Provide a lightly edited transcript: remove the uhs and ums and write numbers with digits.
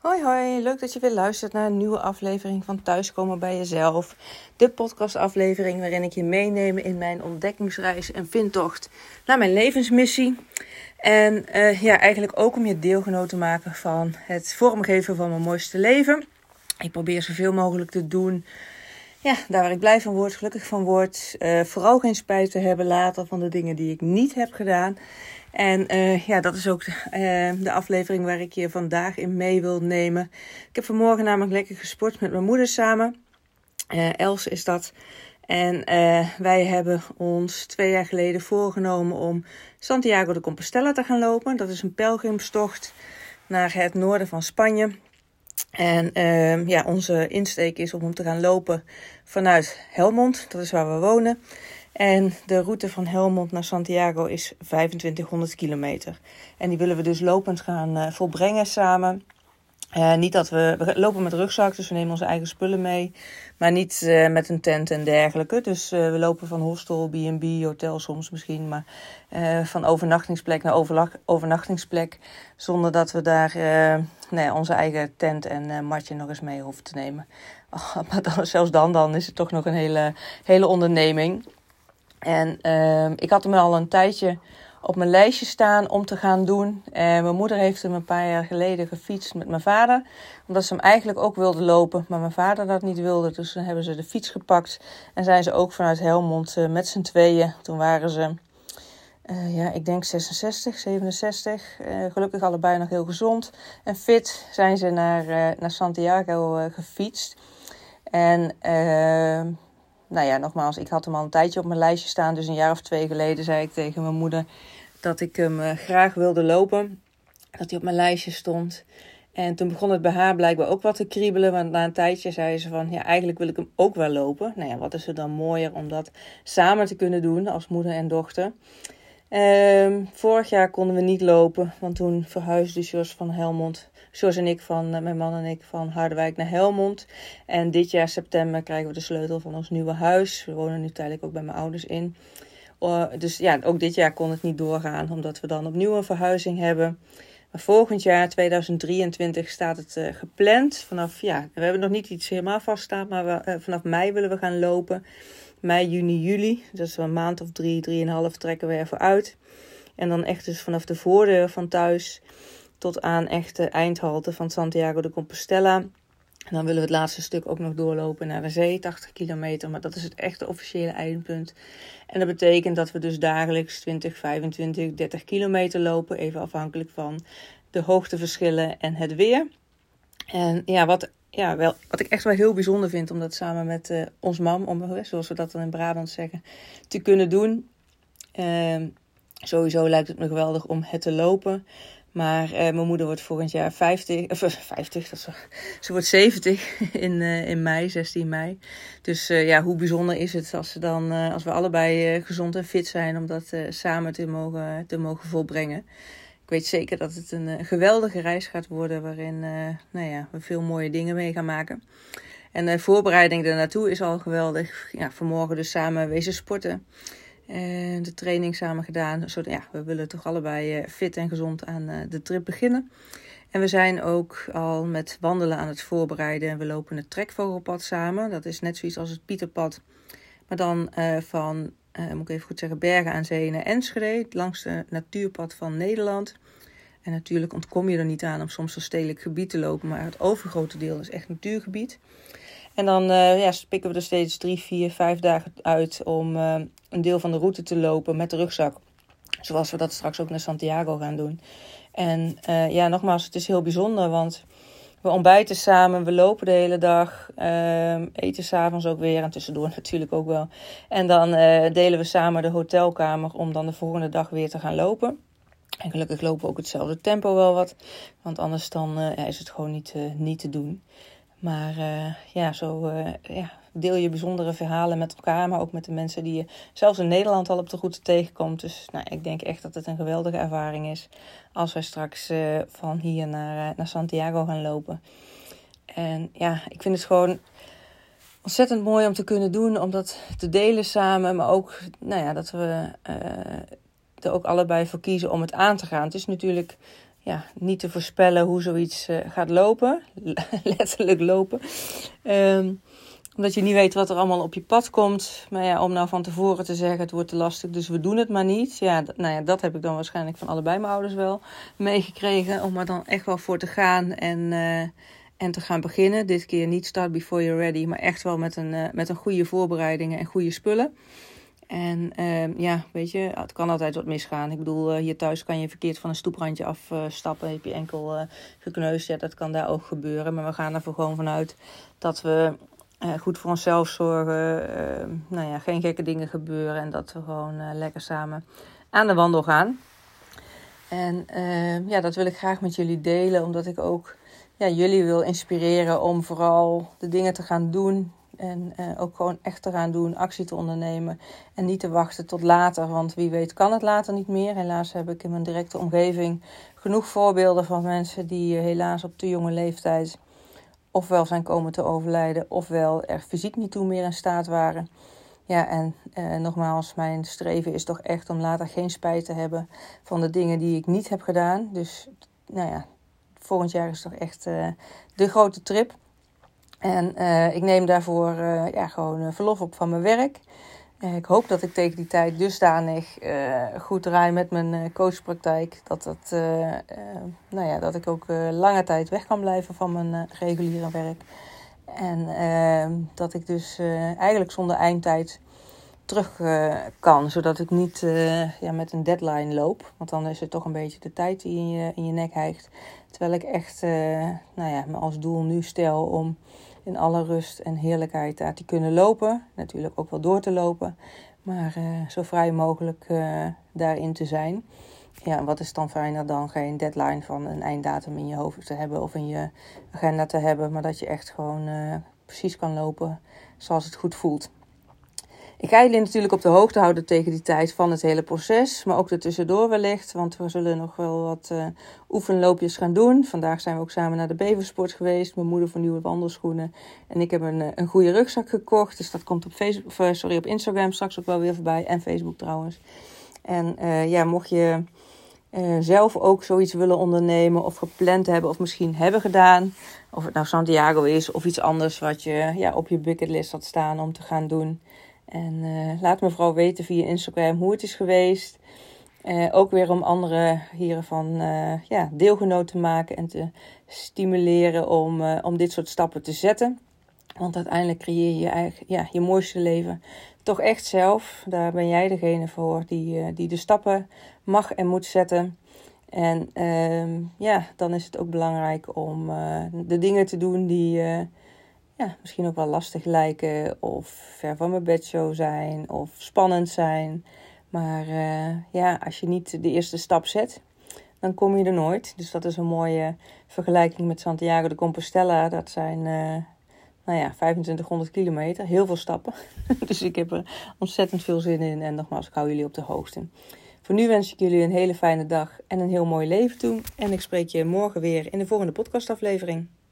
Hoi hoi, leuk dat je weer luistert naar een nieuwe aflevering van Thuiskomen bij Jezelf. De podcastaflevering waarin ik je meeneem in mijn ontdekkingsreis en vindtocht naar mijn levensmissie. En eigenlijk ook om je deelgenoot te maken van het vormgeven van mijn mooiste leven. Ik probeer zoveel mogelijk te doen, daar waar ik blij van word, gelukkig van word. Vooral geen spijt te hebben later van de dingen die ik niet heb gedaan. En dat is ook de aflevering waar ik je vandaag in mee wil nemen. Ik heb vanmorgen namelijk lekker gesport met mijn moeder samen. Els is dat. En wij hebben ons 2 jaar geleden voorgenomen om Santiago de Compostela te gaan lopen. Dat is een pelgrimstocht naar het noorden van Spanje. En onze insteek is om hem te gaan lopen vanuit Helmond. Dat is waar we wonen. En de route van Helmond naar Santiago is 2500 kilometer. En die willen we dus lopend gaan volbrengen samen. Niet dat we lopen met rugzak, dus we nemen onze eigen spullen mee. Maar niet met een tent en dergelijke. Dus we lopen van hostel, B&B, hotel soms misschien. Maar van overnachtingsplek naar overnachtingsplek. Zonder dat we daar onze eigen tent en matje nog eens mee hoeven te nemen. Maar zelfs dan is het toch nog een hele onderneming. En ik had hem al een tijdje op mijn lijstje staan om te gaan doen. En mijn moeder heeft hem een paar jaar geleden gefietst met mijn vader. Omdat ze hem eigenlijk ook wilde lopen, maar mijn vader dat niet wilde. Dus dan hebben ze de fiets gepakt en zijn ze ook vanuit Helmond met z'n tweeën. Toen waren ze, ik denk 66, 67. Gelukkig allebei nog heel gezond en fit zijn ze naar Santiago gefietst. En nogmaals, ik had hem al een tijdje op mijn lijstje staan. Dus een jaar of 2 geleden zei ik tegen mijn moeder dat ik hem graag wilde lopen. Dat hij op mijn lijstje stond. En toen begon het bij haar blijkbaar ook wat te kriebelen. Want na een tijdje zei ze van, eigenlijk wil ik hem ook wel lopen. Wat is er dan mooier om dat samen te kunnen doen als moeder en dochter. Vorig jaar konden we niet lopen. Want toen verhuisde Jos en ik mijn man en ik van Harderwijk naar Helmond. En dit jaar september krijgen we de sleutel van ons nieuwe huis. We wonen nu tijdelijk ook bij mijn ouders in. Dus ook dit jaar kon het niet doorgaan, omdat we dan opnieuw een verhuizing hebben. Maar volgend jaar, 2023, staat het gepland. We hebben nog niet iets helemaal vaststaan, maar vanaf mei willen we gaan lopen. Mei, juni, juli. Dus een maand of 3,5 trekken we ervoor uit. En dan echt dus vanaf de voordeur van thuis tot aan echt de eindhalte van Santiago de Compostela. En dan willen we het laatste stuk ook nog doorlopen naar de zee, 80 kilometer. Maar dat is het echte officiële eindpunt. En dat betekent dat we dus dagelijks 20, 25, 30 kilometer lopen. Even afhankelijk van de hoogteverschillen en het weer. En wat ik echt wel heel bijzonder vind om dat samen met ons mam, zoals we dat dan in Brabant zeggen, te kunnen doen. Sowieso lijkt het me geweldig om het te lopen. Maar mijn moeder wordt volgend jaar 50, ze wordt 70 in mei, 16 mei. Dus hoe bijzonder is het als we allebei gezond en fit zijn om dat samen te mogen volbrengen. Ik weet zeker dat het een geweldige reis gaat worden waarin we veel mooie dingen mee gaan maken. En de voorbereiding daarnaartoe is al geweldig. Ja, vanmorgen dus samen wezen sporten. De training samen gedaan. We willen toch allebei fit en gezond aan de trip beginnen. En we zijn ook al met wandelen aan het voorbereiden. En we lopen het trekvogelpad samen. Dat is net zoiets als het Pieterpad. Maar dan van Bergen aan Zee naar Enschede. Het langste natuurpad van Nederland. En natuurlijk ontkom je er niet aan om soms een stedelijk gebied te lopen. Maar het overgrote deel is echt natuurgebied. En dan pikken we er steeds 3, 4, 5 dagen uit om een deel van de route te lopen met de rugzak. Zoals we dat straks ook naar Santiago gaan doen. En nogmaals, het is heel bijzonder, want we ontbijten samen, we lopen de hele dag, eten 's avonds ook weer en tussendoor natuurlijk ook wel. En dan delen we samen de hotelkamer om dan de volgende dag weer te gaan lopen. En gelukkig lopen we ook hetzelfde tempo wel wat, want anders dan is het gewoon niet te doen. Maar deel je bijzondere verhalen met elkaar, maar ook met de mensen die je zelfs in Nederland al op de route tegenkomt. Dus ik denk echt dat het een geweldige ervaring is als wij straks van hier naar Santiago gaan lopen. En ik vind het gewoon ontzettend mooi om te kunnen doen, om dat te delen samen, maar ook dat we er ook allebei voor kiezen om het aan te gaan. Het is natuurlijk niet te voorspellen hoe zoiets gaat lopen. Letterlijk lopen. Omdat je niet weet wat er allemaal op je pad komt. Maar ja, om nou van tevoren te zeggen, het wordt te lastig, dus we doen het maar niet. Ja, dat heb ik dan waarschijnlijk van allebei mijn ouders wel meegekregen. Om er dan echt wel voor te gaan en te gaan beginnen. Dit keer niet start before you're ready, maar echt wel met een goede voorbereidingen en goede spullen. En weet je, het kan altijd wat misgaan. Ik bedoel, hier thuis kan je verkeerd van een stoeprandje afstappen. Heb je enkel gekneusd. Ja, dat kan daar ook gebeuren. Maar we gaan ervoor gewoon vanuit dat we goed voor onszelf zorgen. Geen gekke dingen gebeuren. En dat we gewoon lekker samen aan de wandel gaan. En dat wil ik graag met jullie delen. Omdat ik ook jullie wil inspireren om vooral de dingen te gaan doen. En ook gewoon echt te gaan doen, actie te ondernemen. En niet te wachten tot later, want wie weet kan het later niet meer. Helaas heb ik in mijn directe omgeving genoeg voorbeelden van mensen die helaas op te jonge leeftijd ofwel zijn komen te overlijden, ofwel er fysiek niet toe meer in staat waren. Ja, en nogmaals, mijn streven is toch echt om later geen spijt te hebben van de dingen die ik niet heb gedaan. Dus volgend jaar is toch echt de grote trip. En ik neem daarvoor gewoon verlof op van mijn werk. Ik hoop dat ik tegen die tijd dusdanig goed draai met mijn coachpraktijk. Dat ik ook lange tijd weg kan blijven van mijn reguliere werk. En dat ik dus eigenlijk zonder eindtijd terug kan. Zodat ik niet met een deadline loop. Want dan is het toch een beetje de tijd die in je nek hijgt. Terwijl ik echt me als doel nu stel om in alle rust en heerlijkheid daar te kunnen lopen. Natuurlijk ook wel door te lopen. Maar zo vrij mogelijk daarin te zijn. Ja, wat is dan fijner dan geen deadline van een einddatum in je hoofd te hebben of in je agenda te hebben. Maar dat je echt gewoon precies kan lopen zoals het goed voelt. Ik ga jullie natuurlijk op de hoogte houden tegen die tijd van het hele proces. Maar ook ertussendoor wellicht. Want we zullen nog wel wat oefenloopjes gaan doen. Vandaag zijn we ook samen naar de Beversport geweest. Mijn moeder voor nieuwe wandelschoenen. En ik heb een goede rugzak gekocht. Dus dat komt op Instagram straks ook wel weer voorbij. En Facebook trouwens. En mocht je zelf ook zoiets willen ondernemen of gepland hebben of misschien hebben gedaan. Of het nou Santiago is of iets anders wat je op je bucketlist had staan om te gaan doen. En laat me vooral weten via Instagram hoe het is geweest. Ook weer om anderen hiervan deelgenoot te maken en te stimuleren om dit soort stappen te zetten. Want uiteindelijk creëer je eigen, je mooiste leven toch echt zelf. Daar ben jij degene voor die de stappen mag en moet zetten. En dan is het ook belangrijk om de dingen te doen die misschien ook wel lastig lijken. Of ver van mijn bedshow zijn. Of spannend zijn. Maar als je niet de eerste stap zet, dan kom je er nooit. Dus dat is een mooie vergelijking met Santiago de Compostela. Dat zijn 2500 kilometer. Heel veel stappen. Dus ik heb er ontzettend veel zin in. En nogmaals, ik hou jullie op de hoogte. Voor nu wens ik jullie een hele fijne dag en een heel mooi leven toe. En ik spreek je morgen weer in de volgende podcastaflevering.